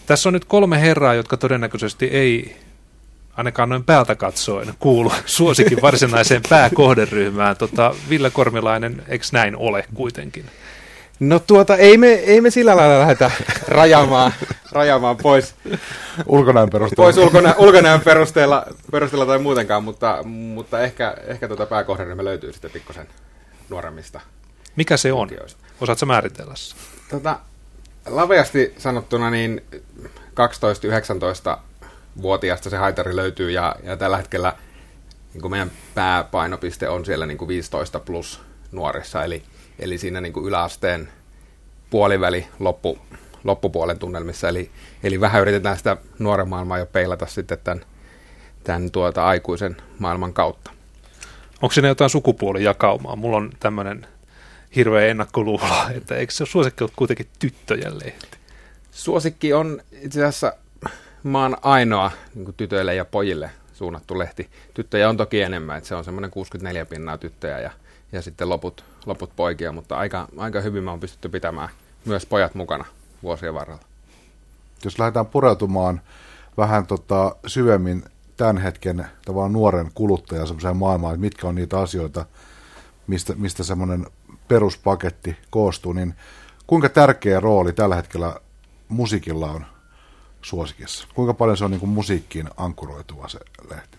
Tässä on nyt 3 herraa, jotka todennäköisesti ei ainakaan noin päältä katsoen kuulu suosikin varsinaiseen pääkohderyhmään. Ville Kormilainen, eikö näin ole kuitenkin? No ei me sillä lailla lähdetä rajaamaan pois ulkonäön perusteella. Ulkonäön perusteella tai muutenkaan, mutta ehkä pääkohderyhmä löytyy sitten pikkusen nuoremmista. Mikä se on? Osaatko määritellä? Laveasti sanottuna niin 12-19-vuotiaasta se haitari löytyy ja tällä hetkellä niin kuin meidän pääpainopiste on siellä niin kuin 15 plus nuorissa, eli siinä niin kuin yläasteen puoliväli loppupuolen tunnelmissa, eli vähän yritetään sitä nuoren maailmaa jo peilata sitten tämän aikuisen maailman kautta. Onko siinä jotain sukupuolijakaumaa? Mulla on tämmöinen hirveä ennakkoluulo, että eikö se suosikki ole kuitenkin tyttöjen lehti? Suosikki on itse asiassa maan ainoa niin kuin tytöille ja pojille suunnattu lehti. Tyttöjä on toki enemmän, että se on semmoinen 64% tyttöjä ja sitten loput poikia, mutta aika hyvin me on pystytty pitämään myös pojat mukana vuosien varrella. Jos lähdetään pureutumaan vähän syvemmin tämän hetken tavallaan nuoren kuluttajan semmoiseen maailmaan, että mitkä on niitä asioita, mistä semmoinen peruspaketti koostuu, niin kuinka tärkeä rooli tällä hetkellä musiikilla on suosikissa? Kuinka paljon se on niin kuin musiikkiin ankkuroituva se lehti?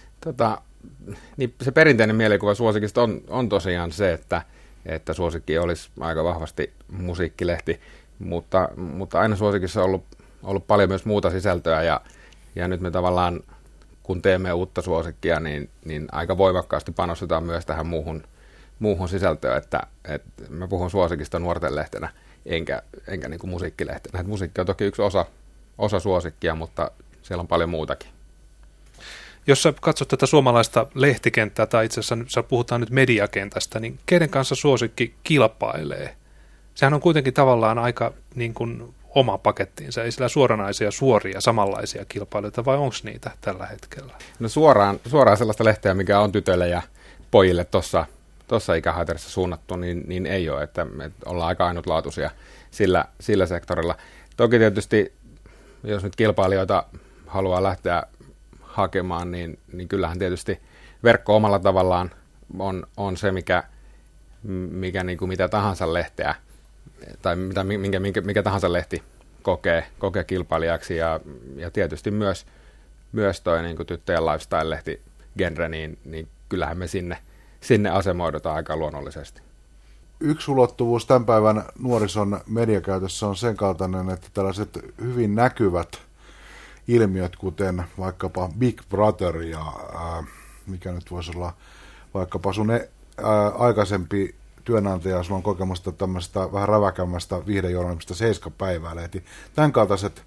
Niin se perinteinen mielikuva suosikista on tosiaan se, että suosikki olisi aika vahvasti musiikkilehti, mutta aina suosikissa on ollut paljon myös muuta sisältöä ja nyt me tavallaan, kun teemme uutta suosikkia, niin aika voimakkaasti panostetaan myös tähän muuhun sisältöön, että mä puhun suosikista nuorten lehtenä, enkä niin kuin musiikkilehtenä. Et musiikki on toki yksi osa suosikkia, mutta siellä on paljon muutakin. Jos sä katsot tätä suomalaista lehtikenttää, tai itse asiassa puhutaan nyt mediakentästä, niin keiden kanssa suosikki kilpailee? Sehän on kuitenkin tavallaan aika niin kuin oma pakettiinsa, ei sillä suoranaisia suoria samanlaisia kilpailijoita, vai onko niitä tällä hetkellä? No suoraan sellaista lehteä, mikä on tytöille ja pojille tuossa ikähaitarissa suunnattu, niin ei ole, että ollaan aika ainutlaatuisia sillä sektorilla. Toki tietysti, jos nyt kilpailijoita haluaa lähteä hakemaan, niin kyllähän tietysti verkko omalla tavallaan on se, mikä niin kuin mitä tahansa lehteä, tai mikä tahansa lehti kokee kilpailijaksi, ja tietysti myös toi niin kuin tyttöjen lifestyle-lehti genre, niin kyllähän me sinne asemoidutaan aika luonnollisesti. Yksi ulottuvuus tämän päivän nuorison mediakäytössä on sen kaltainen, että tällaiset hyvin näkyvät ilmiöt, kuten vaikkapa Big Brother ja mikä nyt voisi olla vaikkapa sun aikaisempi työnantaja, sulla on kokemusta tämmöistä vähän räväkämmästä viihdejournalismista 7 päivää lehti. Tämän kaltaiset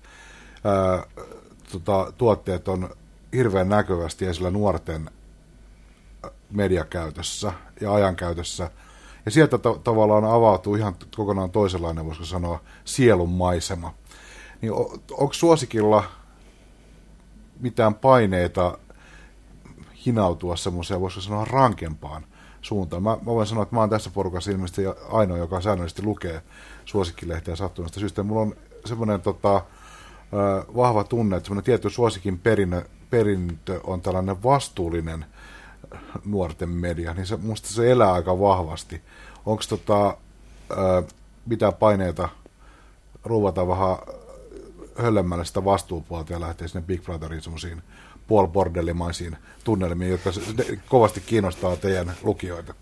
tuotteet on hirveän näkyvästi esillä nuorten mediakäytössä ja ajankäytössä. Ja sieltä tavallaan avautuu ihan kokonaan toisenlainen, voisiko sanoa, sielunmaisema. Niin onko suosikilla mitään paineita hinautua semmoiseen, voisiko sanoa, rankempaan suuntaan? Mä voin sanoa, että mä oon tässä porukassa ilmeisesti ainoa, joka säännöllisesti lukee suosikkilehteä sattuneesta syystä. Mulla on semmoinen vahva tunne, että semmoinen tietty suosikin perintö on tällainen vastuullinen nuorten media, niin musta se elää aika vahvasti. Onko mitään paineita ruuvata vähän höllemmälle sitä vastuupuolta ja lähteä sinne Big Brotherin semmoisiin puolibordellimaisiin tunnelmiin, jotka kovasti kiinnostaa teidän lukijoita?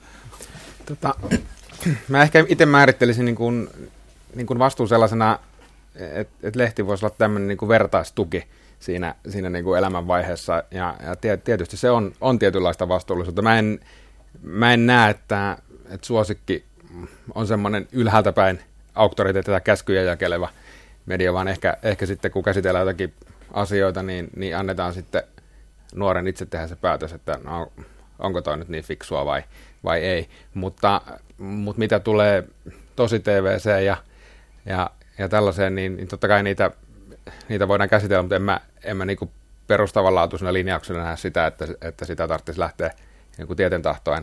Mä ehkä itse määrittelisin niin kuin vastuun sellaisena, että lehti voisi olla tämmöinen niin kuin vertaistuki siinä niin kuin elämänvaiheessa, ja tietysti se on tietynlaista vastuullisuutta. Mä en näe, että suosikki on semmoinen ylhäältä päin auktoriteetti tai käskyjä jakeleva media, vaan ehkä sitten kun käsitellään jotakin asioita, niin annetaan sitten nuoren itse tehdä se päätös, että no, onko toi nyt niin fiksua vai ei. Mutta mitä tulee tosi TVC ja tällaiseen, niin totta kai niitä voidaan käsitellä, mutta en mä niinku perustavanlaatuisena linjauksena näe sitä, että sitä tarvitsisi lähteä niin tieten tahtoen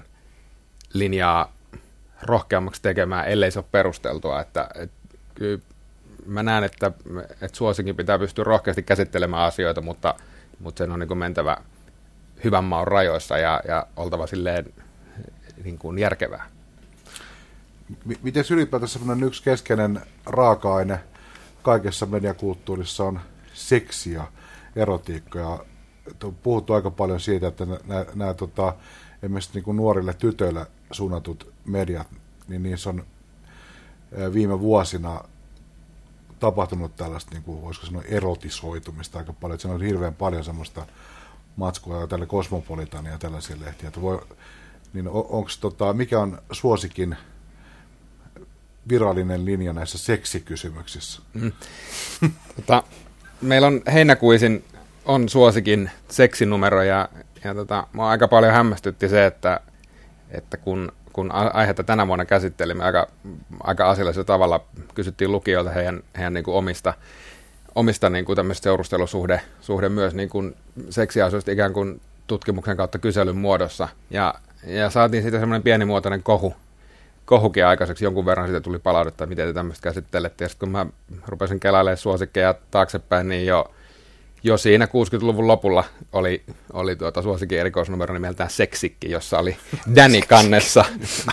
linjaa rohkeammaksi tekemään, ellei se ole perusteltua. Että mä näen, että suosikin pitää pystyä rohkeasti käsittelemään asioita, mutta sen on niin kuin mentävä hyvän maun rajoissa ja oltava silleen niin kuin järkevää. Miten ylipäätään sellainen yksi keskeinen raaka-aine kaikessa mediakulttuurissa on seksi ja erotiikka, ja puhuttu aika paljon siitä, että nämä esimerkiksi niin kuin nuorille tytöille suunnatut mediat, niin niissä on viime vuosina tapahtunut tällaista, niin kuin voisiko sanoa, erotisoitumista aika paljon. Että se on hirveän paljon semmoista matskua tälle Cosmopolitania ja tällaisia lehtiä. Niin mikä on suosikin virallinen linja näissä seksikysymyksissä? Meillä on heinäkuisin on suosikin seksinumero ja mua aika paljon hämmästytti se, että kun aihetta tänä vuonna käsittelimme aika asiallisella tavalla, kysyttiin lukijoilta heidän niin kuin omista niin kuin tämmöistä seurustelusuhde myös niin kuin seksiasioista ikään kuin tutkimuksen kautta kyselyn muodossa. Ja saatiin siitä semmoinen pienimuotoinen kohukin aikaiseksi. Jonkun verran siitä tuli palautetta, miten te tämmöistä käsittelette. Ja sitten kun mä rupesin kelailemaan suosikkeja taaksepäin, niin jo siinä 60-luvun lopulla oli suosikin erikoisnumero nimeltään Seksikki, jossa oli Danny kannessa.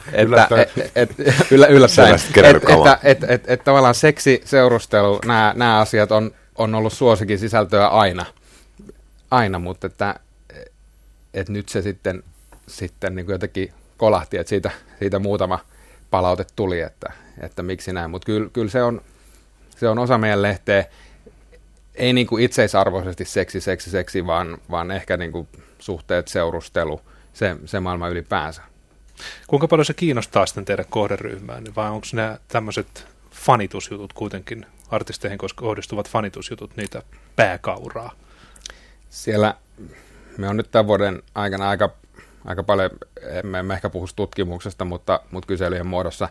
Yllättäen. Että tavallaan seksi, seurustelu, nämä asiat on ollut suosikin sisältöä aina, mutta että nyt se sitten niin kuin jotenkin kolahti, että siitä muutama palaute tuli, että miksi näin. Mutta kyllä se on osa meidän lehteä. Ei niin kuin itseisarvoisesti seksi, vaan ehkä niin kuin suhteet, seurustelu, se maailma ylipäänsä. Kuinka paljon se kiinnostaa sitten teidän kohderyhmään, vai onko nämä tämmöiset fanitusjutut kuitenkin, artisteihin kohdistuvat fanitusjutut, niitä pääkauraa? Siellä me on nyt tämän vuoden aikana aika paljon, emme ehkä puhu tutkimuksesta, mutta kyselyjen muodossa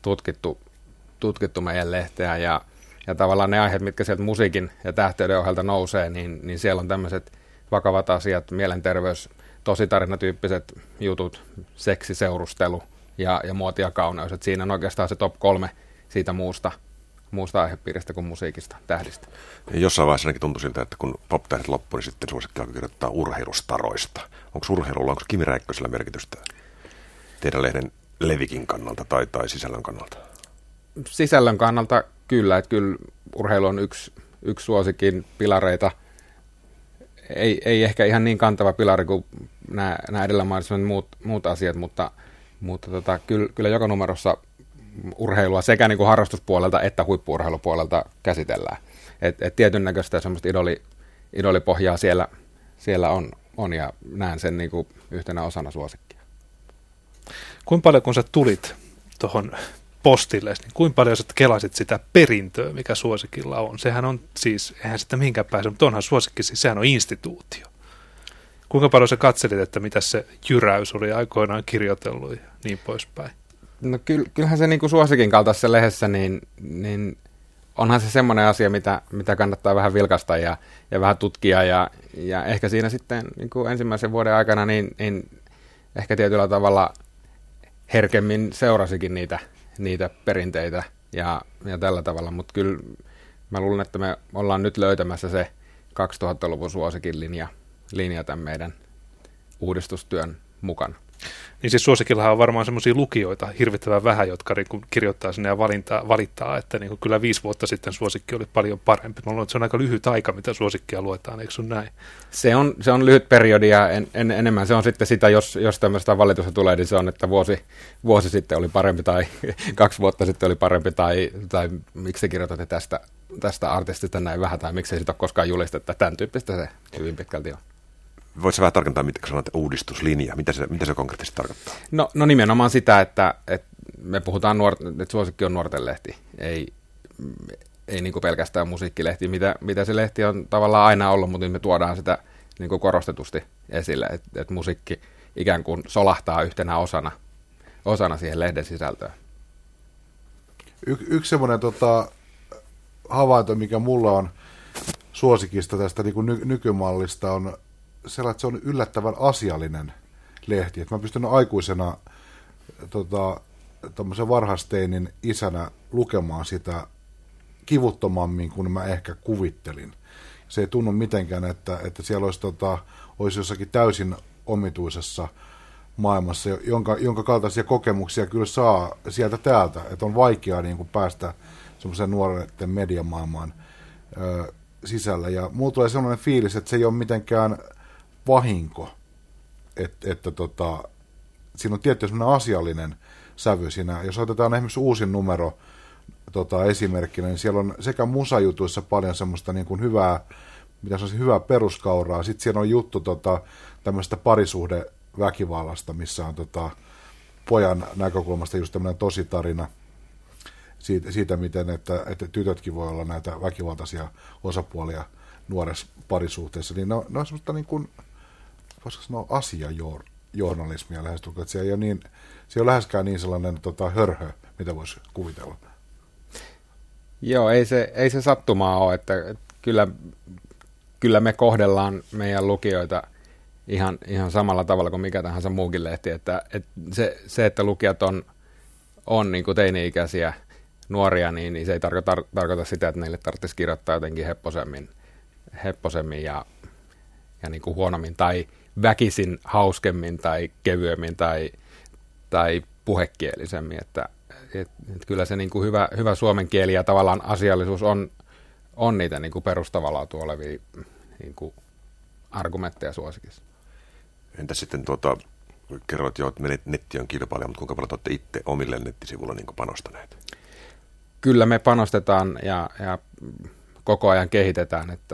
tutkittu meidän lehteä ja tavallaan ne aiheet, mitkä sieltä musiikin ja tähteyden ohjelta nousee, niin siellä on tämmöiset vakavat asiat, mielenterveys, tositarinatyyppiset jutut, seksi, seurustelu ja muoti ja kauneus. Et siinä on oikeastaan se top 3 siitä muusta aihepiiristä kuin musiikista, tähdistä. Ja jossain vaiheessa ainakin tuntui siltä, että kun pop-tähdet loppui, niin sitten suosikki alkoi kirjoittaa urheilustaroista. Onko Kimi Räikkösellä merkitystä teidän lehden levikin kannalta tai sisällön kannalta? Sisällön kannalta kyllä, että kyllä urheilu on yksi suosikin pilareita. Ei ehkä ihan niin kantava pilari kuin nämä edellä mainitsemat muut asiat, mutta kyllä joka numerossa urheilua sekä niin kuin harrastuspuolelta että huippu-urheilupuolelta käsitellään. Et tietyn näköistä semmoista idolipohjaa siellä on ja näen sen niin kuin yhtenä osana suosikkia. Kuinka paljon kun sä tulit tuohon postille, niin kuinka paljon sä kelasit sitä perintöä, mikä suosikilla on? Sehän on siis, eihän sitä mihinkään pääse, mutta onhan suosikki, siis sehän on instituutio. Kuinka paljon sä katselit, että mitä se Jyräys oli aikoinaan kirjoitellut ja niin poispäin? No kyllähän se niin kuin suosikin kaltaisessa lehdessä, niin onhan se semmoinen asia, mitä kannattaa vähän vilkaista ja vähän tutkia ja ehkä siinä sitten niin kuin ensimmäisen vuoden aikana niin ehkä tietyllä tavalla herkemmin seurasikin niitä perinteitä ja tällä tavalla, mutta kyllä mä luulen, että me ollaan nyt löytämässä se 2000-luvun suosikin linja tämän meidän uudistustyön mukana. Niin siis suosikillahan on varmaan semmoisia lukijoita hirvittävän vähän, jotka kirjoittaa sinne ja valittaa, että niin kyllä 5 vuotta sitten suosikki oli paljon parempi. Mä luulen, että se on aika lyhyt aika, mitä suosikkia luetaan, eikö sun näin? Se on lyhyt periodi ja enemmän se on sitten sitä, jos tämmöistä valitusta tulee, niin se on, että vuosi sitten oli parempi tai 2 vuotta sitten oli parempi tai miksi te kirjoitatte tästä artistista näin vähän tai miksi ei sitä ole koskaan julistetta. Tämän tyyppistä se hyvin pitkälti on. Voitko vähän tarkentaa, mitä sanot uudistuslinja? Mitä se konkreettisesti tarkoittaa? No nimenomaan sitä, että me puhutaan, että suosikki on nuorten lehti, ei niin kuin pelkästään musiikkilehti, mitä se lehti on tavallaan aina ollut, mutta me tuodaan sitä niin kuin korostetusti esille, että musiikki ikään kuin solahtaa yhtenä osana siihen lehden sisältöön. Yksi semmoinen havainto, mikä mulla on suosikista tästä niin kuin nykymallista on sellainen, että se on yllättävän asiallinen lehti. Että mä pystyn aikuisena tommosen varhaisteinin isänä lukemaan sitä kivuttomammin kuin mä ehkä kuvittelin. Se ei tunnu mitenkään, että siellä olisi jossakin täysin omituisessa maailmassa, jonka kaltaisia kokemuksia kyllä saa sieltä täältä, että on vaikeaa niin kuin päästä semmoisen nuorten mediamaailmaan sisällä. Ja mulla tulee sellainen fiilis, että se ei ole mitenkään vahinko, että siinä on tietty semmoinen asiallinen sävy siinä. Jos otetaan esimerkiksi uusin numero esimerkkinä, niin siellä on sekä musajutuissa paljon semmoista niin kuin hyvää peruskauraa. Sitten siellä on juttu tämmöistä parisuhdeväkivallasta, missä on pojan näkökulmasta just tämmöinen tositarina siitä miten, että tytötkin voi olla näitä väkivaltaisia osapuolia nuoressa parisuhteessa. Niin ne on semmoista niin kuin, voisiko sanoa, asiajournalismia lähestulkoon. Se ei ole läheskään niin sellainen hörhö, mitä voisi kuvitella. Joo, ei se sattumaa ole, että kyllä me kohdellaan meidän lukijoita ihan samalla tavalla kuin mikä tahansa muukin lehti, että se, että lukijat on niin kuin teini-ikäisiä nuoria, niin se ei tarkoita sitä, että neille tarvitsisi kirjoittaa jotenkin hepposemmin ja niin kuin huonommin tai väkisin hauskemmin tai kevyemmin tai puhekielisemmin, että kyllä se niin kuin hyvä suomen kieli ja tavallaan asiallisuus on niitä niin kuin perustavaa laatua olevia niin kuin argumentteja suosikissa. Entä sitten kerroit jo, että netti on kilpailija, mutta kuinka paljon te olette itse omille nettisivuilla niin kuin panostaneet? Kyllä me panostetaan ja koko ajan kehitetään, että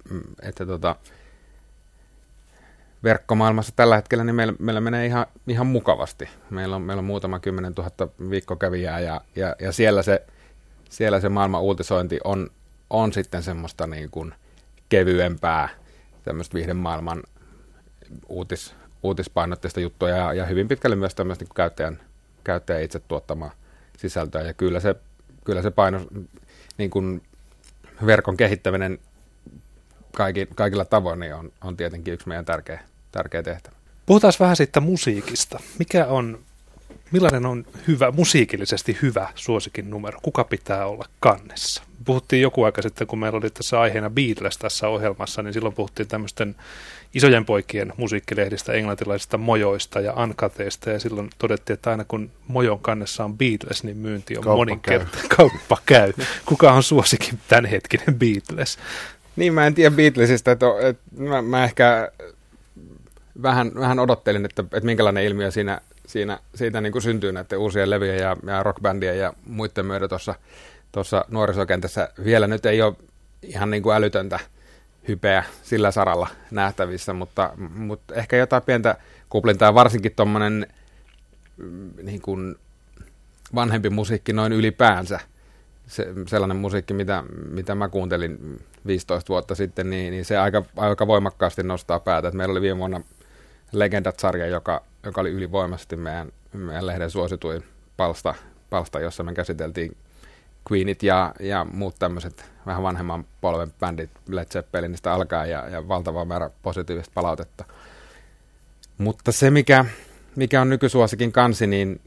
verkkomaailmassa tällä hetkellä niin meillä menee ihan mukavasti. Meillä on muutama 10 000 viikkokävijää ja siellä se maailman uutisointi on sitten semmoista niin kuin kevyempää, tämmöistä viihdemaailman uutispainotteista juttua ja hyvin pitkälle myös tämmöistä niin kuin käyttäjän itse tuottamaa sisältöä. Ja kyllä se paino, niin kuin verkon kehittäminen kaikilla tavoin niin on tietenkin yksi meidän tärkeä tehtävä. Puhutaan vähän siitä musiikista. Millainen on musiikillisesti hyvä suosikin numero? Kuka pitää olla kannessa? Puhuttiin joku aika sitten, kun meillä oli tässä aiheena Beatles tässä ohjelmassa, niin silloin puhuttiin tämmöisten isojen poikien musiikkilehdistä, englantilaisista mojoista ja ankateista, ja silloin todettiin, että aina kun mojon kannessa on Beatles, niin myynti on moninkertainen. Kauppa käy. Kuka on suosikin tämänhetkinen Beatles? Niin, mä en tiedä Beatlesista, että mä ehkä vähän odottelin, että minkälainen ilmiö siitä niin kuin syntyy näiden uusien levyjen ja rockbändien ja muiden myötä tuossa nuorisokentässä. Vielä nyt ei ole ihan niin kuin älytöntä hypeä sillä saralla nähtävissä, mutta ehkä jotain pientä kuplintaa, varsinkin tuommoinen niin kuin vanhempi musiikki noin ylipäänsä. Sellainen musiikki, mitä mä kuuntelin 15 vuotta sitten, niin se aika voimakkaasti nostaa päätä. Et meillä oli viime vuonna Legendat-sarja, joka oli ylivoimaisesti meidän lehden suosituin palsta, jossa me käsiteltiin Queenit ja muut tämmöiset vähän vanhemman polven bändit Led Zeppelinistä alkaen ja valtava määrä positiivista palautetta. Mutta se, mikä on nykysuosikin kansi, niin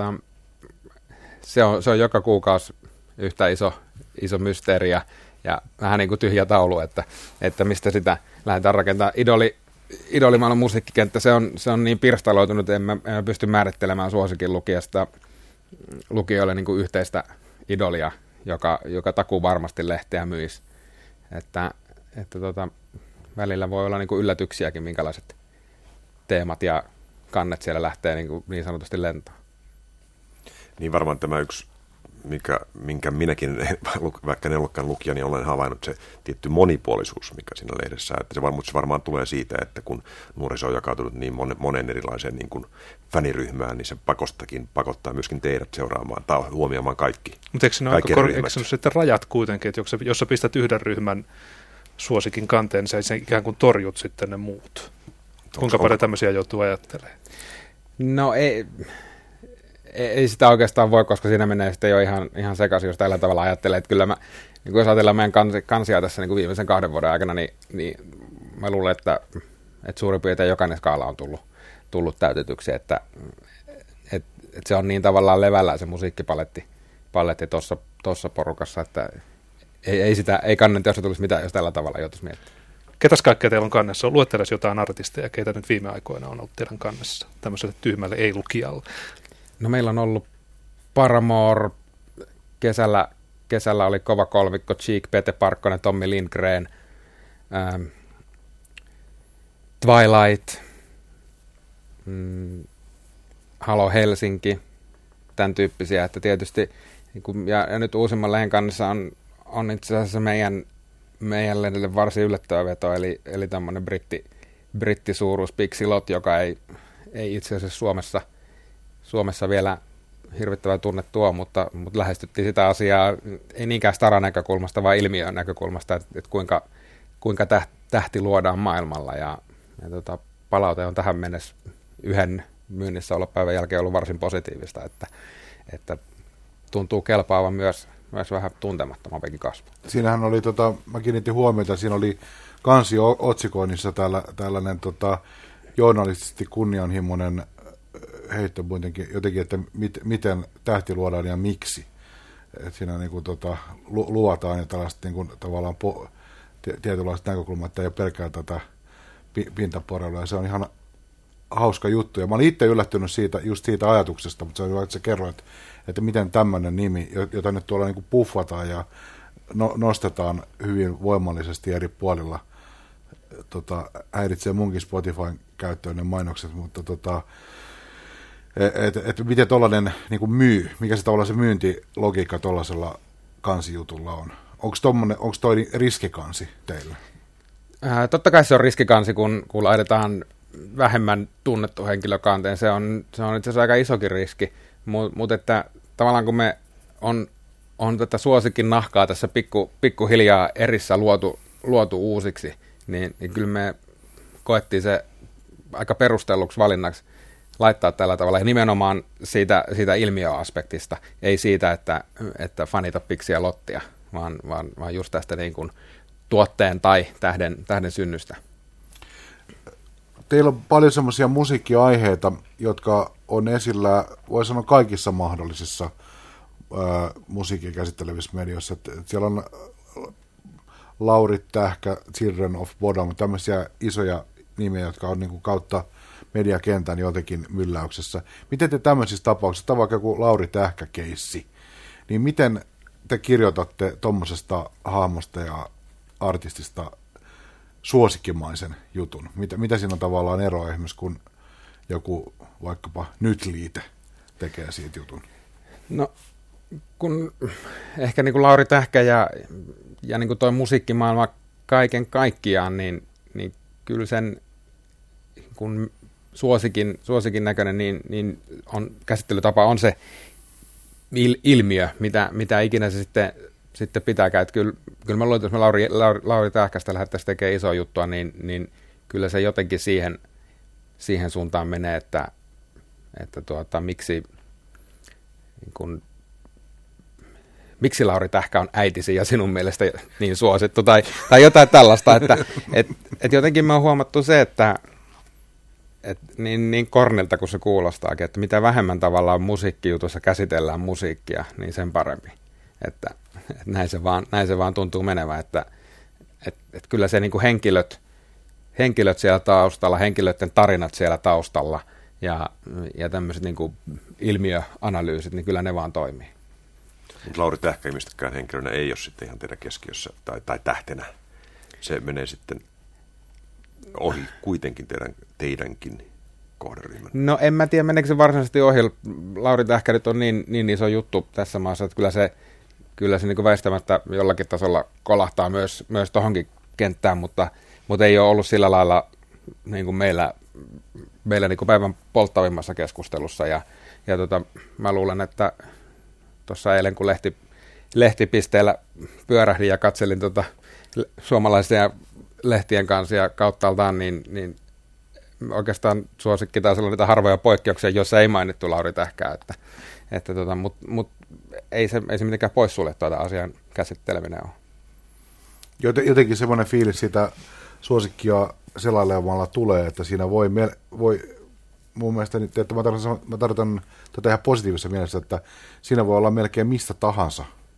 se on joka kuukausi yhtä iso mysteeri ja vähän niin kuin tyhjä taulu, että mistä sitä lähdetään rakentamaan. Idolimaailman musiikkikenttä, se on niin pirstaloitunut, että en pysty määrittelemään suosikin lukijoille niin kuin yhteistä idolia, joka takuu varmasti lehteä myisi. Että välillä voi olla niin kuin yllätyksiäkin, minkälaiset teemat ja kannet siellä lähtee niin sanotusti lentoon. Niin varmaan tämä yksi, minkä minäkin, vaikka en ollutkaan lukija, niin olen havainnut se tietty monipuolisuus, mikä siinä lehdessä. Että se varmaan tulee siitä, että kun nuoriso on jakautunut niin monen erilaiseen niin kuin fäniryhmään, niin se pakottaa myöskin teidät seuraamaan tai huomioimaan kaikki. Mutta eikö se ole sitten rajat kuitenkin, että jos sä pistät yhden ryhmän suosikin kanteen, niin sä ikään kuin torjut sitten ne muut. Kuinka paljon tämmöisiä joutuu ajattelemaan? No ei sitä oikeastaan voi, koska siinä menee sitten jo ihan sekaisin, jos tällä tavalla ajattelee. Että kyllä niin jos ajatellaan meidän kansia tässä niin kuin viimeisen 2 vuoden aikana, niin mä luulen, että suurin piirtein jokainen skaala on tullut täytetyksi, että se on niin tavallaan levällään se musiikkipaletti tuossa porukassa, että ei kannenteossa tulisi mitään, jos tällä tavalla joutuisi miettimään. Ketäs kaikkea teillä on kannessa? Luetteles jotain artisteja, keitä nyt viime aikoina on ollut teidän kannessa tämmöiselle tyhmälle ei-lukijalle. No meillä on ollut Paramore, kesällä oli kova kolmikko, Cheek, Pete Parkkonen, Tommi Lindgren, Twilight, Halo Helsinki, tämän tyyppisiä, että tietysti, ja nyt uusimman lehen kannessa on itse asiassa meidän lehdelle varsin yllättävä veto, eli tämmöinen brittisuuruus Big Silot, joka ei itse asiassa Suomessa vielä hirvittävää tunnettu on, mutta lähestyttiin sitä asiaa ei niinkään staran näkökulmasta, vaan ilmiön näkökulmasta, että kuinka tähti luodaan maailmalla. Ja palaute on tähän mennessä yhden myynnissä olopäivän jälkeen ollut varsin positiivista, että tuntuu kelpaavan myös vähän tuntemattomampikin kasvu. Siinähän oli, mä kiinnitin huomiota, siinä oli kansi-otsikoinnissa tällainen journalistisesti kunnianhimoinen heitto jotenkin, että miten tähti luodaan ja miksi. Et siinä niin kuin, luotaan ja tällaista niin kuin, tavallaan tietynlaista näkökulmaa, että ei ole pelkää tätä pintaporeilua, ja se on ihan hauska juttu. Ja mä olin itse yllättynyt just siitä ajatuksesta, mutta se on hyvä, että sä kerroit, että miten tämmöinen nimi, jota nyt tuolla niin kuin puffataan ja nostetaan hyvin voimallisesti eri puolilla, häiritsee munkin Spotifyn käyttöön ne mainokset, mutta että miten tuollainen niin kuin myy, mikä se tavallaan se myyntilogiikka tuollaisella kansijutulla on. Onko toi riskikansi teille? Totta kai se on riskikansi, kun laitetaan vähemmän tunnettu henkilökanteen. Se on itse asiassa aika isokin riski, mutta että tavallaan kun me on tätä suosikin nahkaa tässä pikkuhiljaa erissä luotu uusiksi, niin kyllä me koettiin se aika perustelluksi valinnaksi laittaa tällä tavalla, ja nimenomaan siitä ilmiöaspektista, ei siitä, että fanita Pixiä Lottia, vaan just tästä niin kuin tuotteen tai tähden synnystä. Teillä on paljon semmoisia musiikkiaiheita, jotka on esillä, voi sanoa, kaikissa mahdollisissa musiikin käsittelevissä medioissa. Siellä on Lauri Tähkä, Children of Bodom, tämmöisiä isoja nimiä, jotka on niin kuin kautta mediakentän jotenkin mylläyksessä. Miten te tämmöisissä tapauksissa, vaikka joku Lauri Tähkä-keissi, niin miten te kirjoitatte tuommoisesta hahmosta ja artistista suosikkimaisen jutun? Mitä siinä on tavallaan eroa esimerkiksi, kun joku vaikkapa Nyt-liite tekee siitä jutun? No, kun ehkä niin kuin Lauri Tähkä ja niin kuin toi musiikkimaailma kaiken kaikkiaan, niin kyllä sen kun suosikin näköinen, niin on, käsittelytapa on se ilmiö, mitä ikinä se sitten pitääkään. Että kyllä mä luulen, että jos me Lauri Tähkästä lähdettäisiin tekemään isoa juttua, niin kyllä se jotenkin siihen suuntaan menee, että miksi Lauri Tähkä on äitisi ja sinun mielestä niin suosittu, tai jotain tällaista, että jotenkin me on huomattu se, että niin kornilta kuin se kuulostaakin, että mitä vähemmän tavallaan musiikkijutussa käsitellään musiikkia, niin sen parempi. Että näin se vaan tuntuu menevän, että kyllä se niin kuin henkilöt siellä taustalla, henkilöiden tarinat siellä taustalla ja tämmöiset niin kuin ilmiöanalyysit, niin kyllä ne vaan toimii. Mutta Lauri Tähkä mistäkään henkilönä ei ole sitten ihan teidän keskiössä tai tähtenä. Se menee sitten ohi kuitenkin teidänkin kohderyhmän. No en mä tiedä, meneekö se varsinaisesti ohi. Lauri Tähkä nyt on niin iso juttu tässä maassa, että kyllä se niin kuin väistämättä jollakin tasolla kolahtaa myös tohonkin kenttään, mutta ei ole ollut sillä lailla niin kuin meillä niin kuin päivän polttavimmassa keskustelussa. Ja mä luulen, että tuossa eilen, kun lehtipisteellä pyörähdin ja katselin suomalaisia lehtien kanssa ja kauttaaltaan, niin oikeastaan suosikki taisi olla niitä harvoja poikkeuksia, joissa ei mainittu Lauri Tähkää, mutta ei se mitenkään poissuljettua tämän asian käsitteleminen ole. Jotenkin semmoinen fiilis sitä suosikkia selailemalla tulee, että siinä voi mun mielestä, että mä tarkoitan tätä ihan positiivisessa mielessä, että siinä voi olla melkein mistä tahansa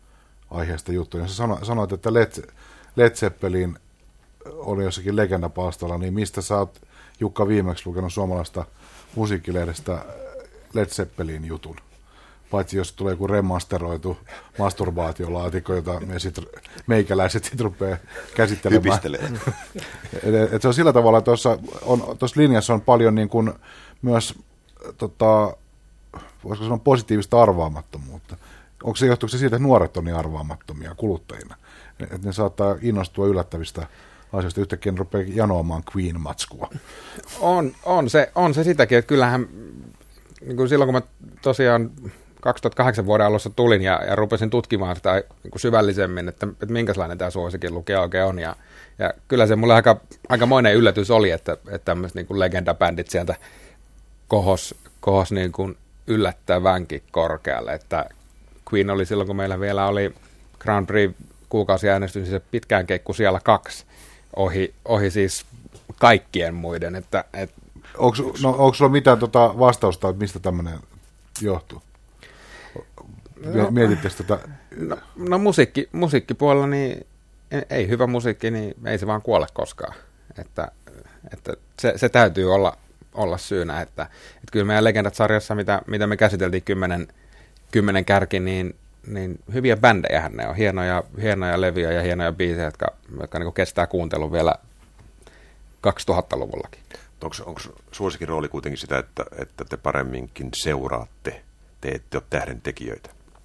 aiheesta juttuja. Sä sanoit, että Led Zeppelin oli jossakin legendapalstalla, niin mistä sä oot, Jukka, viimeksi lukenut suomalaista musiikkilehdestä Led Zeppelin jutun? Paitsi jos tulee joku remasteroitu masturbaatiolaatikko, jota meikäläiset sitten rupeaa käsittelemään. Et se on sillä tavalla, että tuossa linjassa on paljon niin kuin myös, voisiko sanoa, positiivista arvaamattomuutta. Johtuuko se siitä, että nuoret on niin arvaamattomia kuluttajina? Että ne saattaa innostua yllättävistä asioista, yhtäkkiä ne rupeaa janoamaan Queen-matskua. On se sitäkin, että kyllähän niin kuin silloin, kun mä tosiaan 2008 vuoden alussa tulin ja rupesin tutkimaan sitä niin kuin syvällisemmin, että minkälainen tämä suosikin lukija oikein on. Ja kyllä se mulle aikamoinen yllätys oli, että tämmöiset niin kuin legendabändit sieltä kohos niin kuin yllättävänkin korkealle. Että Queen oli silloin, kun meillä vielä oli Grand Prix kuukausiäänestys, niin se pitkään keikku siellä 2 ohi siis kaikkien muiden. Onko sulla mitään vastausta, että mistä tämmöinen johtuu? Mietitkö tätä? No musiikkipuolella, niin ei hyvä musiikki, niin ei se vaan kuole koskaan. Että se täytyy olla syynä. Että kyllä meidän Legendat-sarjassa, mitä me käsiteltiin 10 kärki, niin hyviä bändejähän ne on. Hienoja levyjä ja hienoja biisejä, jotka niin kestää kuuntelun vielä 2000-luvullakin. Onko suosikin rooli kuitenkin sitä, että te paremminkin seuraatte, te ette ole tähdentekijöitä?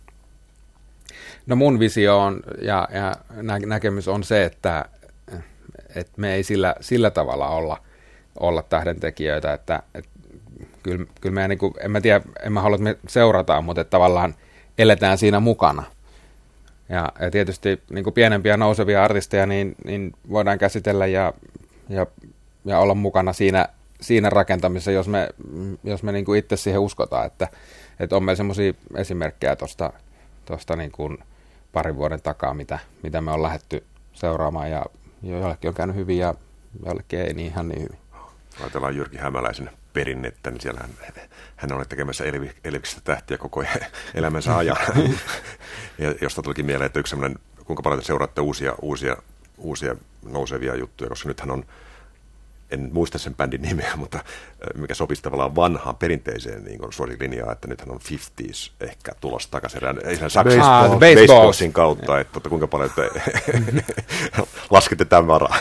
No mun visio on ja näkemys on se, että me ei sillä tavalla olla tähdentekijöitä, että kyllä me niin kuin, en mä halua, että me seurataan, mutta että tavallaan eletään siinä mukana. Ja tietysti niin kuin pienempiä nousevia artisteja niin voidaan käsitellä ja olla mukana siinä rakentamisessa, jos me niin kuin itse siihen uskotaan, että on meillä semmoisia esimerkkejä tuosta niin kuin parin vuoden takaa, mitä me on lähdetty seuraamaan, ja joillekin on käynyt hyvin ja joillekin ei niin ihan niin hyvin. Ajatellaan Jyrki Hämäläisen perinnettä, niin siellä hän on tekemässä Elviksestä tähtiä koko elämänsä ajan. Ja josta tulikin mieleen, että yksi sellainen, kuinka paljon te seuraatte uusia nousevia juttuja, koska nythän on, en muista sen bändin nimeä, mutta mikä sopisi tavallaan vanhaan perinteiseen niin suosilinjaan, että nythän on 50s ehkä tulossa takaisin baseballsin kautta, että kuinka paljon te laskette tämän varaan.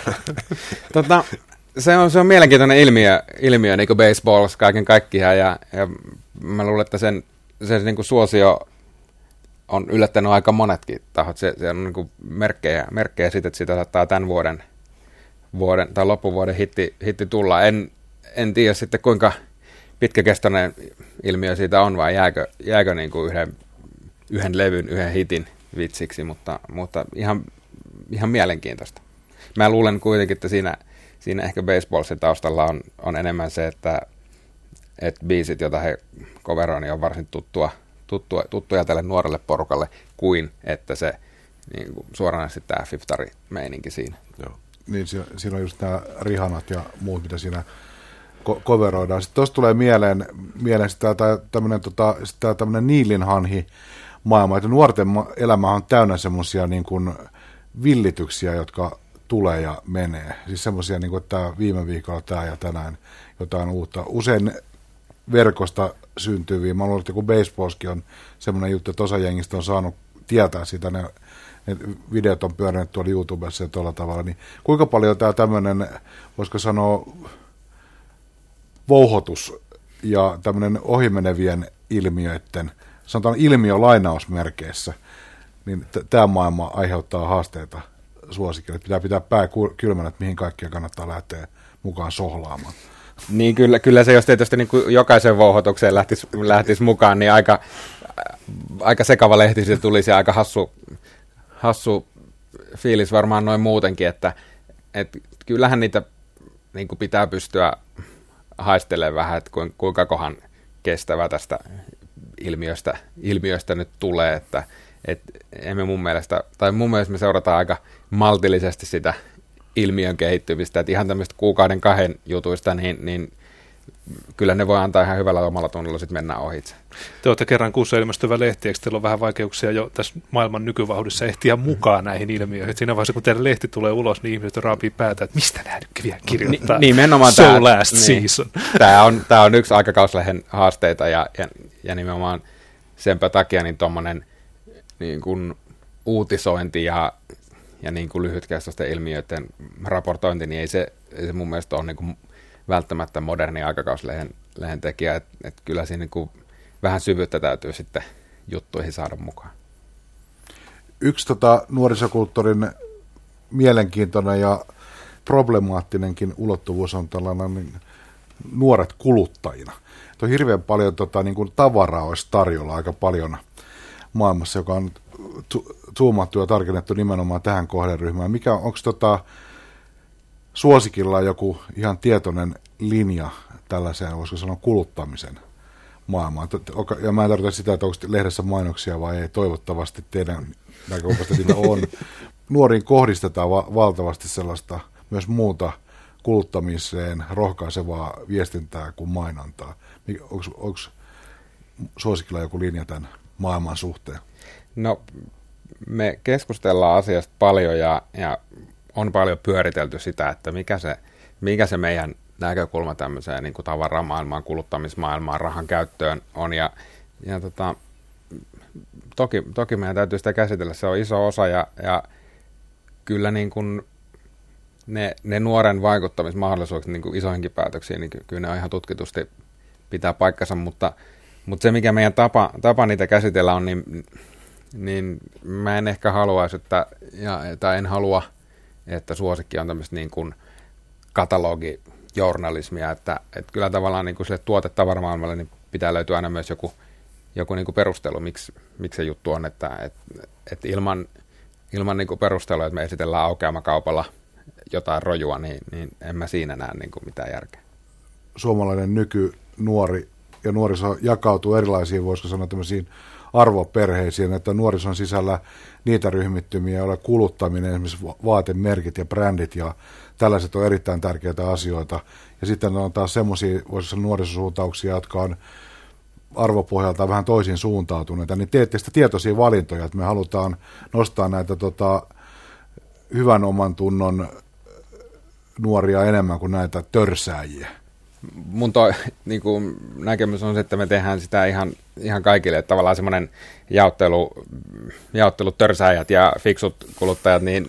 Se on mielenkiintoinen ilmiö niin kuin baseballs kaiken kaikkiaan, ja mä luulen, että sen niin kuin suosio on yllättänyt aika monetkin tahot. Se on niin kuin merkkejä siitä, että sitä saattaa tämän vuoden tai loppuvuoden hitti tulla. En tiedä sitten, kuinka pitkäkestoinen ilmiö siitä on, vai jääkö niin kuin yhden levyn, yhden hitin vitsiksi, mutta ihan mielenkiintoista. Mä luulen kuitenkin, että siinä ehkä baseballsin taustalla on enemmän se, että biisit, joita he coveroivat, niin on varsin tuttuja tälle nuorelle porukalle, kuin että se niin kuin suoranaisesti tämä fiftari-meininki siinä. Joo. Niin, siinä on just nämä Rihanat ja muut, mitä siinä coveroidaan. Sitten tuossa tulee mieleen tämmöinen Niilinhanhi maailma, että nuorten elämä on täynnä semmoisia niin kuin villityksiä, jotka tulee ja menee. Siis semmoisia, niin kuin, että viime viikolla tämä ja tänään jotain uutta. Usein verkosta syntyviä. Mä luulen, että joku baseballskin on semmoinen juttu, että osa jengistä on saanut tietää sitä. Ne videot on pyörinyt tuolla YouTubessa ja tuolla tavalla. Niin kuinka paljon tämä tämmöinen, voisiko sanoa, vouhotus ja tämmöinen ohimenevien ilmiöiden, sanotaan ilmiölainausmerkeissä, niin tämä maailma aiheuttaa haasteita suosikille. Pitää pää kylmänä, että mihin kaikkia kannattaa lähteä mukaan sohlaamaan. Niin kyllä se, jos tietysti niin kuin jokaisen vouhotukseen lähtisi mukaan, niin aika sekava lehti se tulisi ja aika hassu fiilis varmaan noin muutenkin, että kyllähän niitä niin kuin pitää pystyä haistelemaan vähän, että kuinka kohan kestävä tästä ilmiöstä nyt tulee, että emme mun mielestä me seurataan aika maltillisesti sitä ilmiön kehittymistä, että ihan tämmöistä kuukauden 2 jutuista, niin kyllä ne voi antaa ihan hyvällä omalla tunnolla sitten mennä ohitse. Te olette kerran kuussa ilmestyvä lehti, eikö teillä on vähän vaikeuksia jo tässä maailman nykyvauhdissa ehtiä mukaan näihin ilmiöihin? Siinä vaiheessa, kun teidän lehti tulee ulos, niin ihmiset raapii päätä, että mistä nämä nykyään kirjoittaa? Nimenomaan last season. Tämä on yksi aikakauslehen haasteita ja nimenomaan senpä takia niin tuommoinen niin kuin uutisointi ja niin kuin lyhytkestoisten ilmiöiden raportointi, niin ei se mun mielestä ole niin kuin välttämättä moderni aikakauslehen tekijä, että kyllä siinä niin kuin vähän syvyyttä täytyy sitten juttuihin saada mukaan. Yksi nuorisokulttuurin mielenkiintoinen ja problemaattinenkin ulottuvuus on tällainen nuoret kuluttajina. On hirveän paljon niin kuin tavaraa olisi tarjolla aika paljon maailmassa, joka on zoomattu ja tarkennettu nimenomaan tähän kohderyhmään. Onko suosikilla joku ihan tietoinen linja tällaiseen, voisiko sanoa, kuluttamisen maailmaan? Ja mä en tarkoita sitä, että onko lehdessä mainoksia vai ei. Toivottavasti teidän näkökulmasta niitä on. Nuoriin kohdistetaan valtavasti sellaista myös muuta kuluttamiseen rohkaisevaa viestintää kuin mainontaa. Onko suosikilla joku linja tämän maailman suhteen? No, me keskustellaan asiasta paljon ja on paljon pyöritelty sitä, että mikä se meidän näkökulma tämmöiseen niin kuin tavaramaailmaan, kuluttamismaailmaan, rahan käyttöön on. Ja toki meidän täytyy sitä käsitellä, se on iso osa ja kyllä niin kuin ne nuoren vaikuttamismahdollisuudet niin kuin isoihinkin päätöksiin, niin kyllä ne on ihan tutkitusti pitää paikkansa, mutta se mikä meidän tapa niitä käsitellä on, niin mä en ehkä haluaisi, tai en halua, että suosikki on tämmöistä niin kuin katalogijournalismia, että kyllä tavallaan niin kuin sille tuotetavaramaailmalle niin pitää löytyä aina myös joku niin kuin perustelu, miksi se juttu on, että ilman niin kuin perustelua, että me esitellään aukeamakaupalla jotain rojua, niin en mä siinä näe niin kuin mitään järkeä. Suomalainen nykynuori ja nuoriso jakautuu erilaisiin, voisiko sanoa tämmöisiin arvoperheisiin, että nuorison sisällä niitä ryhmittymiä, joilla kuluttaminen, esimerkiksi vaatemerkit ja brändit ja tällaiset on erittäin tärkeitä asioita. Ja sitten on taas semmoisia, voisiko sanoa, nuorisosuuntauksia, jotka on arvopohjalta vähän toisiin suuntautuneita, niin teette sitä tietoisia valintoja, että me halutaan nostaa näitä hyvän oman tunnon nuoria enemmän kuin näitä törsääjiä. Mun niin kuin näkemys on se, että me tehdään sitä ihan kaikille, että tavallaan semmoinen jaottelu törsääjät ja fiksut kuluttajat, niin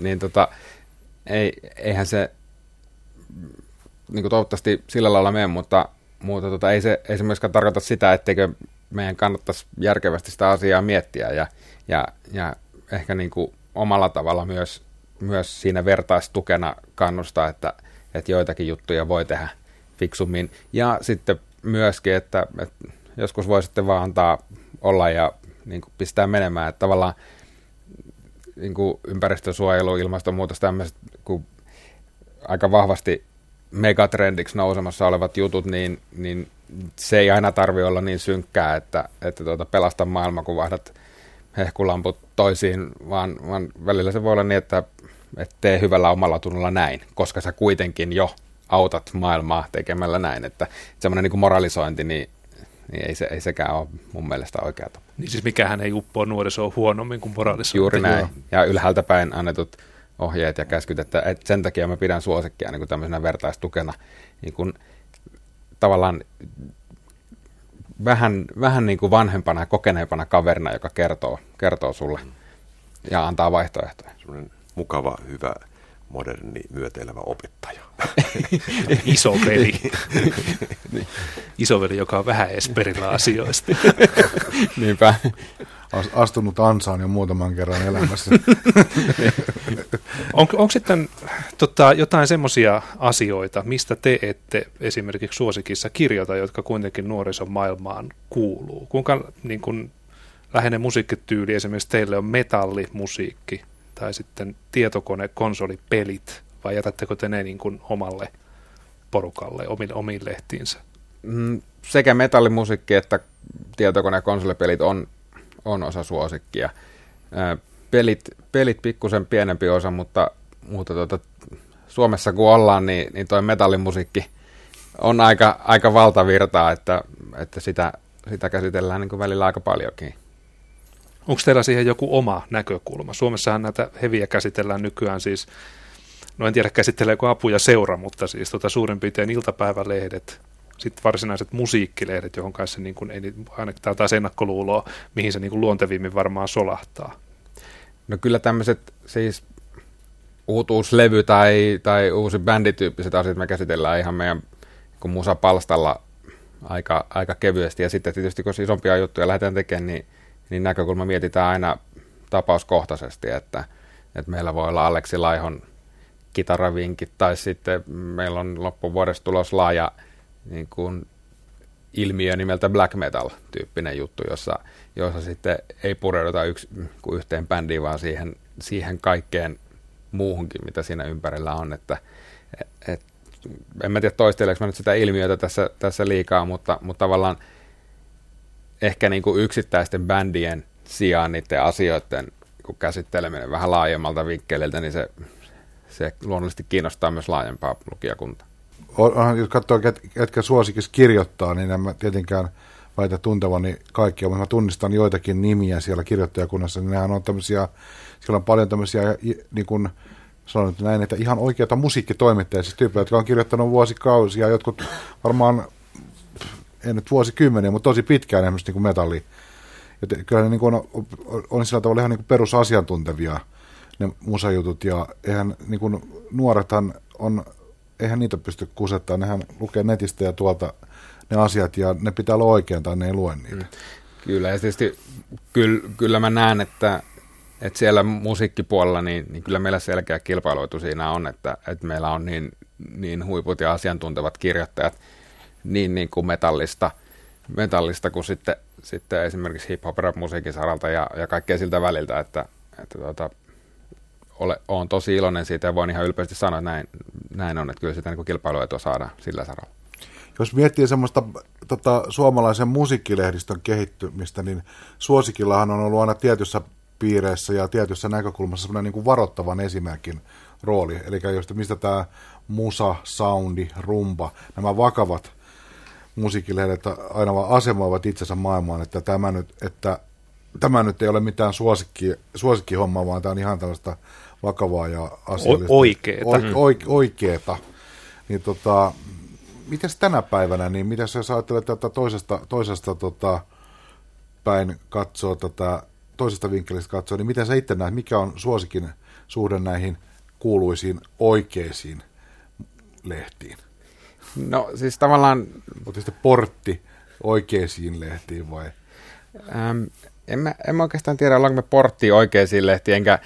eihän se niin kuin toivottavasti sillä lailla mene, mutta ei se myöskään tarkoita sitä, etteikö meidän kannattaisi järkevästi sitä asiaa miettiä ja ehkä niin kuin omalla tavalla myös siinä vertaistukena kannustaa, että joitakin juttuja voi tehdä fiksummin. Ja sitten myöskin, että joskus voi sitten vaan antaa olla ja niin kuin pistää menemään, että tavallaan niin kuin ympäristönsuojelu, ilmastonmuutos, tämmöiset aika vahvasti megatrendiksi nousemassa olevat jutut, niin se ei aina tarvitse olla niin synkkää, että pelasta maailma, kun vaihdat hehkulamput toisiin, vaan välillä se voi olla niin, että tee hyvällä omalla tunnolla näin, koska sä kuitenkin jo autat maailmaa tekemällä näin, että semmoinen niin kuin moralisointi, niin ei sekään ole mun mielestä oikea tapa. Niin siis mikähän ei uppoa nuorisoon huonommin kuin moralisointi. Juuri näin. Ja ylhäältä päin annetut ohjeet ja käskyt, että sen takia mä pidän suosikkia niin kuin tämmöisenä vertaistukena niin kuin tavallaan vähän niin kuin vanhempana ja kokeneempana kaverina, joka kertoo sulle ja antaa vaihtoehtoja. Semmoinen mukava, hyvä, moderni, myötäilevä opettaja. Isoveli. Isoveli, joka on vähän edes perillä asioista. Niinpä. Astunut ansaan jo muutaman kerran elämässä. Onko sitten jotain semmoisia asioita, mistä te ette esimerkiksi suosikissa kirjoita, jotka kuitenkin nuorison maailmaan kuuluu? Kuinka niin kun läheinen musiikkityyli esimerkiksi teille on metallimusiikki tai sitten tietokone, konsolipelit, vai jätättekö te ne niin kuin omalle porukalle, omiin lehtiinsä? Sekä metallimusiikki että tietokone- ja konsolipelit on osa suosikkia. Pelit pikkusen pienempi osa, mutta Suomessa kun ollaan, niin toi metallimusiikki on aika valtavirtaa, että sitä käsitellään niin kuin välillä aika paljonkin. Onko teillä siihen joku oma näkökulma? Suomessahan näitä heviä käsitellään nykyään siis, no en tiedä käsitteleekö Apu ja Seura, mutta siis suurin piirtein iltapäivälehdet, sitten varsinaiset musiikkilehdet, johon kai se niin kuin, ei ainakaan taas ennakkoluuloa, mihin se niin kuin luontevimmin varmaan solahtaa. No kyllä tämmöiset siis uutuuslevy tai uusi bändityyppiset asiat me käsitellään ihan meidän musapalstalla aika kevyesti. Ja sitten tietysti kun isompia juttuja lähdetään tekemään, niin näkökulma mietitään aina tapauskohtaisesti, että meillä voi olla Aleksi Laihon kitaravinkit tai sitten meillä on loppuvuodesta tulossa laaja niin kuin ilmiö nimeltä black metal-tyyppinen juttu, jossa sitten ei pureuduta yhteen bändiin, vaan siihen kaikkeen muuhunkin, mitä siinä ympärillä on. En mä tiedä toisteleeko mä nyt sitä ilmiötä tässä liikaa, mutta tavallaan ehkä niin kuin yksittäisten bändien sijaan niiden asioiden kun käsitteleminen vähän laajemmalta vinkkeliltä, niin se luonnollisesti kiinnostaa myös laajempaa lukijakuntaa. Jos katsoo, ketkä suosikissa kirjoittaa, niin en mä tietenkään väitä tuntevani kaikkia, mutta mä tunnistan joitakin nimiä siellä kirjoittajakunnassa, niin nehän on tämmöisiä, siellä on paljon tämmöisiä, niin kuin sanon nyt näin, että ihan oikeita musiikkitoimittajia, siis tyyppejä, jotka on kirjoittanut vuosikausia, jotkut varmaan, ei nyt vuosikymmeniä, mutta tosi pitkään esimerkiksi niin kuin metallia. Ja kyllä ne niin kuin on sillä tavalla ihan niin kuin perusasiantuntevia ne musajutut, ja eihän niin kuin nuorethan eihän niitä pysty kusettamaan, nehän lukee netistä ja tuolta ne asiat, ja ne pitää olla oikein, tai ne ei lue niitä. Kyllä, ja tietysti kyllä mä näen, että siellä musiikkipuolella, niin kyllä meillä selkeä kilpailuetu siinä on, että meillä on niin huiput ja asiantuntevat kirjoittajat niin kuin metallista kuin sitten esimerkiksi hip-hop-musiikin saralta ja kaikkea siltä väliltä, että olen tosi iloinen siitä ja voin ihan ylpeästi sanoa, että näin on, että kyllä sitä niin kuin kilpailuetua saadaan sillä saralla. Jos miettii semmoista suomalaisen musiikkilehdistön kehittymistä, niin Suosikillahan on ollut aina tietyssä piireissä ja tietyssä näkökulmassa semmoinen niin kuin varoittavan esimerkin rooli. Eli mistä tämä musa, soundi, rumba, nämä vakavat musiikkilehdet aina vaan asemoivat itsensä maailmaan, että tämä nyt ei ole mitään suosikkihommaa, vaan tämä on ihan tällaista vakavaa ja asiallista. Oikeeta. Niin mites tänä päivänä, niin mitäs jos ajattelet tätä toisesta päin katsoo, toisesta vinkkelistä katsoo, niin miten sä itse näet, mikä on suosikin suhde näihin kuuluisiin oikeisiin lehtiin? No siis tavallaan... Oletko sitten portti oikeisiin lehtiin vai? En mä oikeastaan tiedä, ollaanko me porttia oikeisiin lehtiin, enkä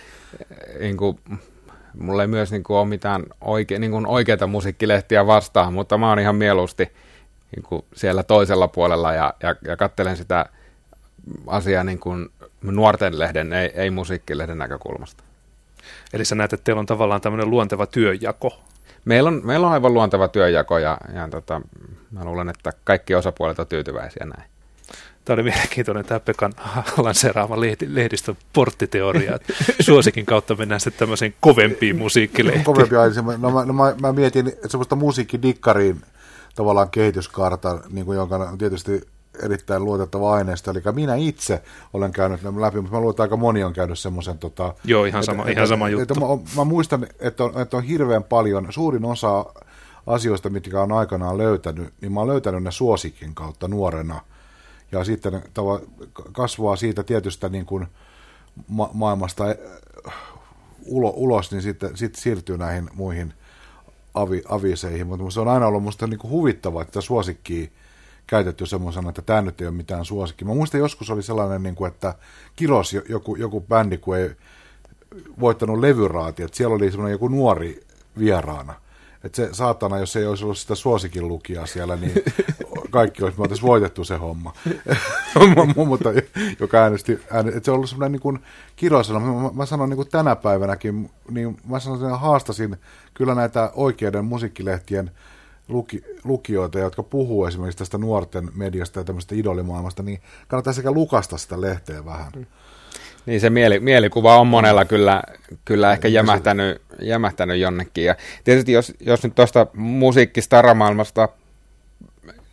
mulla ei myös ole mitään oikeita musiikkilehtiä vastaan, mutta mä oon ihan mieluusti siellä toisella puolella ja katselen sitä asiaa nuorten lehden, ei musiikkilehden näkökulmasta. Eli sä näet, että teillä on tavallaan tämmöinen luonteva työnjako. Meillä on aivan luonteva työnjako ja mä luulen, että kaikki osapuolet on tyytyväisiä näin. Tämä oli mielenkiintoinen tämä Pekan lanseeraama lehdistön porttiteoria, että Suosikin kautta mennään sitten tämmöiseen kovempiin musiikkilehtiin. Mä mietin, että semmoista musiikkidikkariin tavallaan kehityskaarta, niin kuin jonka on tietysti erittäin luotettava aineisto. Eli minä itse olen käynyt läpi, mutta mä luulen, että aika moni on käynyt semmoisen... Joo, ihan sama juttu. Mä muistan, että on hirveän paljon, suurin osa asioista, mitkä on aikanaan löytänyt, niin mä oon löytänyt ne Suosikin kautta nuorena. Ja sitten kasvaa siitä tietystä niin kuin maailmasta ulos, niin sitten siirtyy näihin muihin aviseihin. Mutta se on aina ollut musta niin kuin huvittavaa, että Suosikkia käytetty semmoisena, että tämä nyt ei ole mitään suosikkia. Mä muistan, joskus oli sellainen, niin kuin, että kiros joku bändi, kun ei voittanut levyraati, että siellä oli semmoinen joku nuori vieraana. Että se saatana, jos ei olisi ollut sitä Suosikin lukijaa siellä, niin kaikki olisi, me oltaisiin voitettu se homma. Mutta joka äänesti, että se on ollut semmoinen niin kuin kirosana. Mä sanon niin kuin tänä päivänäkin, niin mä haastasin kyllä näitä oikeiden musiikkilehtien lukijoita, jotka puhuu esimerkiksi tästä nuorten mediasta ja tämmöistä idolimaailmasta, niin kannattaa sekä lukasta sitä lehteä vähän. Niin se mielikuva on monella kyllä ehkä jämähtänyt jonnekin. Ja tietysti jos nyt tuosta musiikkistaramaailmasta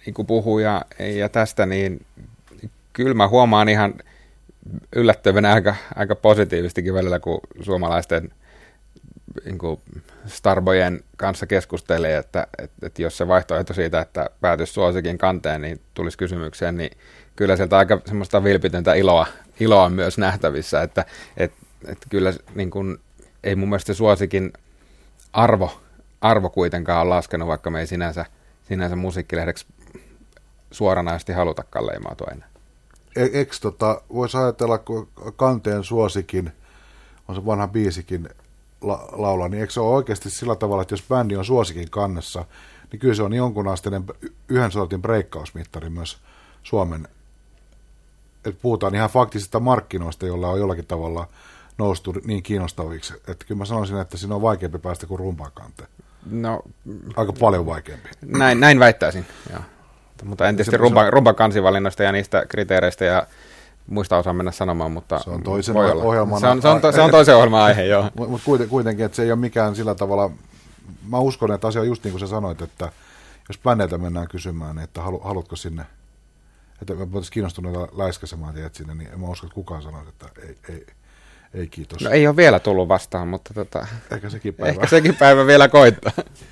niin puhuu ja tästä, niin kyllä mä huomaan ihan yllättävänä aika positiivistikin välillä, kun suomalaisten niin kuin starbojen kanssa keskustelee, että jos se vaihtoehto siitä, että päätyisi suosikin kanteen, niin tulisi kysymykseen, niin kyllä sieltä aika semmoista vilpitöntä iloa on myös nähtävissä, että kyllä niin kuin, ei mun mielestä suosikin arvo kuitenkaan on laskenut, vaikka me ei sinänsä musiikkilehdeksi suoranaisesti halutakaan leimautua enää. Eikö voisi ajatella, kun kanteen suosikin, on se vanha biisikin laula, niin eikö se ole oikeasti sillä tavalla, että jos bändi on suosikin kannessa, niin kyllä se on jonkunasteinen yhden sortin breikkausmittari myös Suomen. Että puhutaan ihan faktisista markkinoista, joilla on jollakin tavalla noustu niin kiinnostaviksi. Että kyllä mä sanoisin, että siinä on vaikeampi päästä kuin rumpaan kanteen. No, aika paljon vaikeampi. Näin väittäisin, joo. Mutta en tietysti rumpan kansivalinnoista ja niistä kriteereistä ja muista osaa mennä sanomaan, mutta se on toisen ohjelman se on toisen ohjelman aihe, joo. Mutta kuitenkin, että se ei ole mikään sillä tavalla, mä uskon, että asia on just niin kuin sä sanoit, että jos bändeiltä mennään kysymään, niin että haluatko sinne, että me voitaisiin kiinnostuneita läiskäsemään teidät sinne, niin en mä usko, että kukaan sanoisi, että ei kiitos. No ei ole vielä tullut vastaan, mutta ehkä sekin päivä vielä koittaa.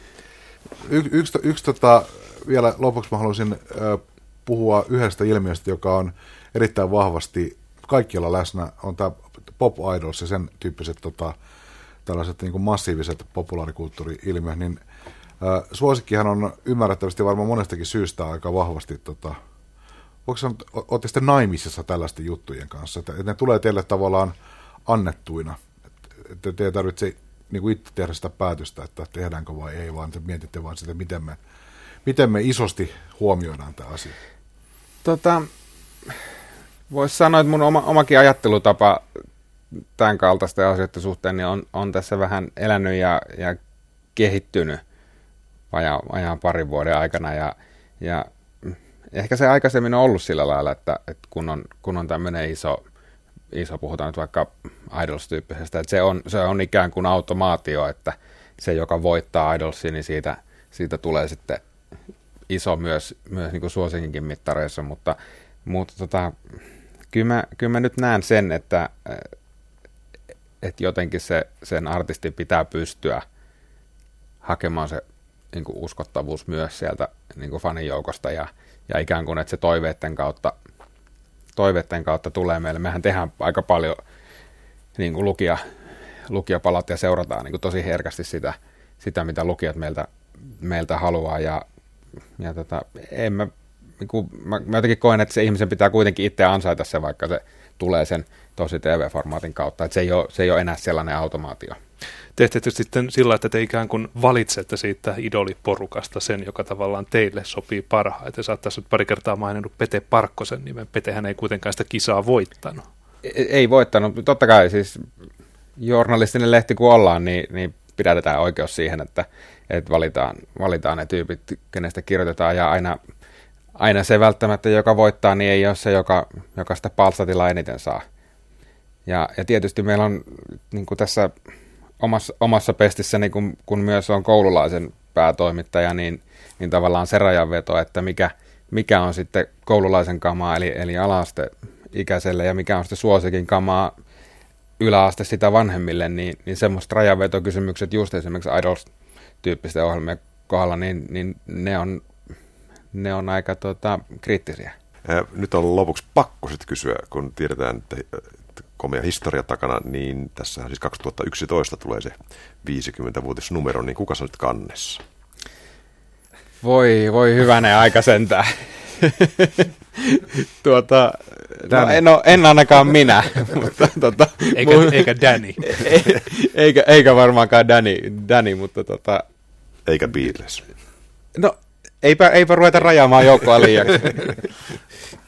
Yksi vielä lopuksi mä haluaisin puhua yhdestä ilmiöstä, joka on erittäin vahvasti kaikkialla läsnä, on tämä pop idols ja sen tyyppiset tällaiset niin kuin massiiviset populaarikulttuuri-ilmiöt, niin suosikkihan on ymmärrettävästi varmaan monestakin syystä aika vahvasti, ootte sitten naimisissa tällaisten juttujen kanssa, että ne tulee teille tavallaan annettuina, että te ei tarvitse niin kuin itse tehdä sitä päätöstä, että tehdäänkö vai ei, vaan te mietitte vaan sitä, miten me isosti huomioidaan tämä asia. Voisi sanoa, että mun omakin ajattelutapa tämän kaltaisten asioiden suhteen niin on tässä vähän elänyt ja kehittynyt vajaan parin vuoden aikana. Ja ehkä se aikaisemmin on ollut sillä lailla, että kun on tämmöinen iso, puhutaan nyt vaikka Idols-tyyppisestä, että se on ikään kuin automaatio, että se, joka voittaa Idolsia, niin siitä tulee sitten iso myös niin kuin suosikinkin mittareissa, mutta kyllä mä nyt näen sen, että jotenkin sen artistin pitää pystyä hakemaan se niin kuin uskottavuus myös sieltä niin kuin fanijoukosta ja ikään kuin, että se toiveiden kautta tulee meille. Mehän tehdään aika paljon niin kuin lukijapalautta ja seurataan niin kuin tosi herkästi sitä, mitä lukijat meiltä haluaa mä jotenkin koen, että se ihmisen pitää kuitenkin itse ansaita se, vaikka se tulee sen tosi TV-formaatin kautta, että se ei ole enää sellainen automaatio. Teette tietysti sitten sillä, että te ikään kuin valitsette siitä idoliporukasta sen, joka tavallaan teille sopii parhaiten. Sä oot tässä nyt pari kertaa maininnut Pete Parkkosen nimen. Petehän ei kuitenkaan sitä kisaa voittanut. Ei voittanut. Totta kai siis journalistinen lehti kun ollaan, niin pidätetään oikeus siihen, että valitaan ne tyypit, kenestä kirjoitetaan ja aina se välttämättä, joka voittaa, niin ei ole se, joka sitä palstatilla eniten saa. Ja tietysti meillä on niin kuin tässä omassa pestissä, niin kun myös on koululaisen päätoimittaja, niin tavallaan se rajanveto, että mikä on sitten koululaisen kamaa, eli ala-asteikäiselle, ja mikä on sitten suosikin kamaa yläaste sitä vanhemmille, niin semmoiset rajanvetokysymykset just esimerkiksi Idols-tyyppisten ohjelmien kohdalla, niin ne on aika kriittisiä. Nyt on lopuksi pakko sitten kysyä, kun tiedetään, että komea historia takana, niin tässä siis 2011 tulee se 50-vuotisnumero, niin kuka on nyt kannessa? Voi hyvänen aika sentään. No, en ainakaan minä. Mutta, eikä Danny. eikä varmaankaan Danny, mutta eikä Beatles. No, eipä ruveta rajaamaan joukkoa liiaksi.